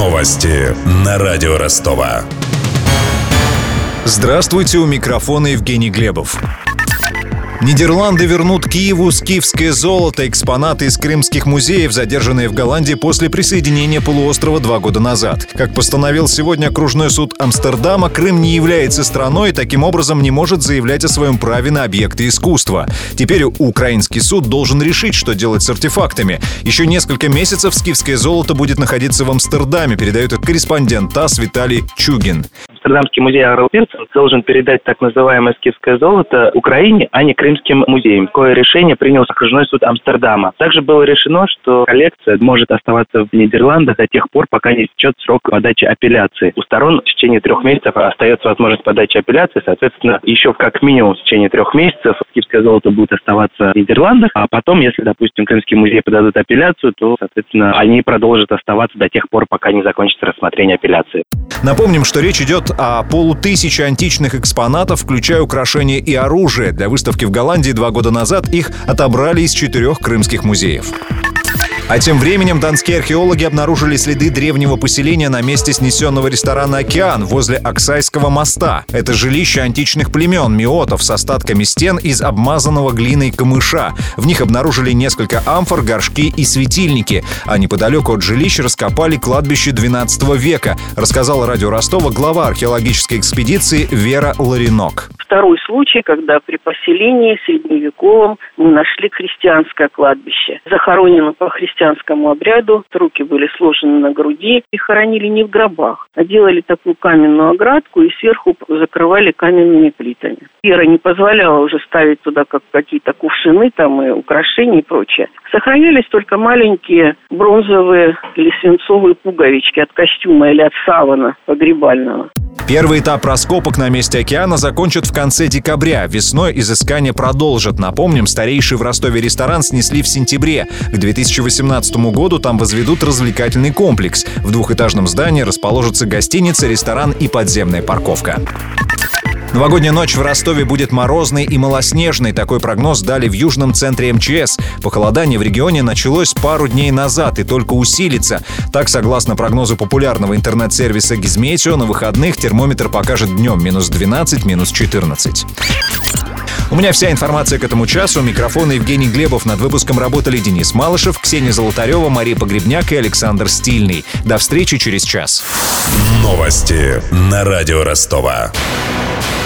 Новости на радио Ростова. Здравствуйте, у микрофона Евгений Глебов. Нидерланды вернут Киеву скифское золото, экспонаты из крымских музеев, задержанные в Голландии после присоединения полуострова 2 года назад. Как постановил сегодня окружной суд Амстердама, Крым не является страной и таким образом не может заявлять о своем праве на объекты искусства. Теперь украинский суд должен решить, что делать с артефактами. Еще несколько месяцев скифское золото будет находиться в Амстердаме, передает корреспондент ТАСС Виталий Чугин. Амстердамский музей Арл Пирсон должен передать так называемое скифское золото Украине, а не крымским музеям. Такое решение принял окружной суд Амстердама. Также было решено, что коллекция может оставаться в Нидерландах до тех пор, пока не истечет срок подачи апелляции. У сторон в течение 3 месяцев остается возможность подачи апелляции. Соответственно, еще как минимум в течение 3 месяцев скифское золото будет оставаться в Нидерландах, а потом, если, допустим, Крымский музей подадут апелляцию, то, соответственно, они продолжат оставаться до тех пор, пока не закончится рассмотрение апелляции. Напомним, что речь идет о 500 античных экспонатов, включая украшения и оружие. Для выставки в Голландии 2 года назад их отобрали из 4 крымских музеев. А тем временем донские археологи обнаружили следы древнего поселения на месте снесенного ресторана «Океан» возле Аксайского моста. Это жилище античных племен миотов с остатками стен из обмазанного глиной камыша. В них обнаружили несколько амфор, горшки и светильники. А неподалеку от жилища раскопали кладбище XII века, рассказала радио Ростова глава археологической экспедиции Вера Ларинок. Второй случай, когда при поселении средневековом мы нашли христианское кладбище. Захоронено по христианскому обряду, руки были сложены на груди и хоронили не в гробах, а делали такую каменную оградку и сверху закрывали каменными плитами. Вера не позволяла уже ставить туда какие-то кувшины там и украшения и прочее. Сохранялись только маленькие бронзовые или свинцовые пуговички от костюма или от савана погребального. Первый этап раскопок на месте океана закончат в конце декабря. Весной изыскания продолжат. Напомним, старейший в Ростове ресторан снесли в сентябре. К 2018 году там возведут развлекательный комплекс. В 2-этажном здании расположатся гостиница, ресторан и подземная парковка. Новогодняя ночь в Ростове будет морозной и малоснежной. Такой прогноз дали в южном центре МЧС. Похолодание в регионе началось пару дней назад и только усилится. Так, согласно прогнозу популярного интернет-сервиса Гизметео, на выходных термометр покажет днем -12, -14. У меня вся информация к этому часу. У микрофона Евгений Глебов. Над выпуском работали Денис Малышев, Ксения Золотарева, Мария Погребняк и Александр Стильный. До встречи через час. Новости на радио Ростова.